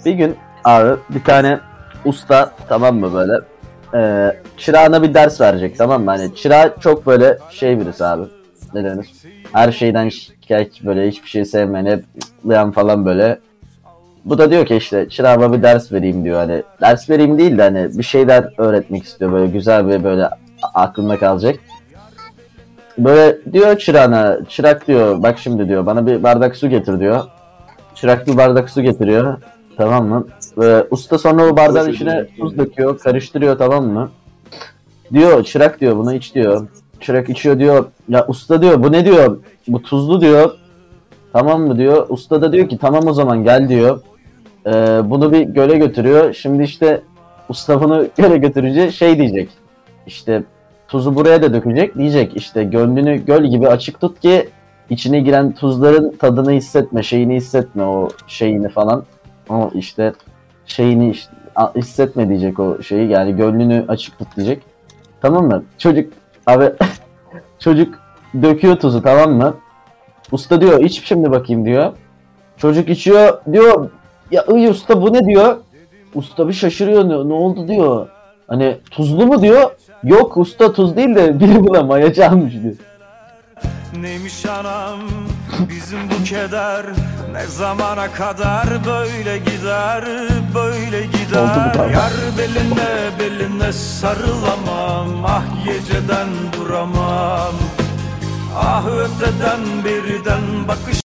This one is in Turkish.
Bir gün abi bir tane usta, tamam mı, böyle çırağına bir ders verecek, tamam mı? Hani çırağı çok böyle şey birisi abi. Ne denir? Her şeyden şikayetçi, böyle hiçbir şey sevmeyen, hep zıplayan falan böyle. Bu da diyor ki işte çırağıma bir ders vereyim diyor, hani ders vereyim değil de hani bir şeyler öğretmek istiyor, böyle güzel bir böyle aklımda kalacak. Böyle diyor çırağına, çırak diyor, bak şimdi diyor, bana bir bardak su getir diyor. Çırak bir bardak su getiriyor. Tamam mı? Usta sonra o bardağın Boş içine ödülmek tuz yani. döküyor, karıştırıyor, tamam mı? Diyor çırak diyor, bunu iç diyor. Çırak içiyor diyor. Ya usta diyor, bu ne diyor? Bu tuzlu diyor. Tamam mı diyor. Usta da diyor ki tamam o zaman gel diyor. Bunu bir göle götürüyor. Şimdi işte usta bunu göle götürünce şey diyecek. İşte tuzu buraya da dökecek. Diyecek işte gönlünü göl gibi açık tut ki içine giren tuzların tadını hissetme, şeyini hissetme, o şeyini falan. O işte şeyini hissetme diyecek o şeyi. Yani gönlünü açık tut diyecek. Tamam mı? Çocuk abi çocuk döküyor tuzu, tamam mı? Usta diyor iç şimdi bakayım diyor. Çocuk içiyor diyor. Ya iyi usta bu ne diyor? Usta bir şaşırıyor, ne oldu diyor. Hani tuzlu mu diyor. Yok usta tuz değil de biri buna maya çalmış diyor. Neymiş anam bizim bu keder, ne zamana kadar böyle gider, böyle gider. Oldu bu tamam. Yar beline sarılamam, ah geceden duramam, ah öteden birden bakış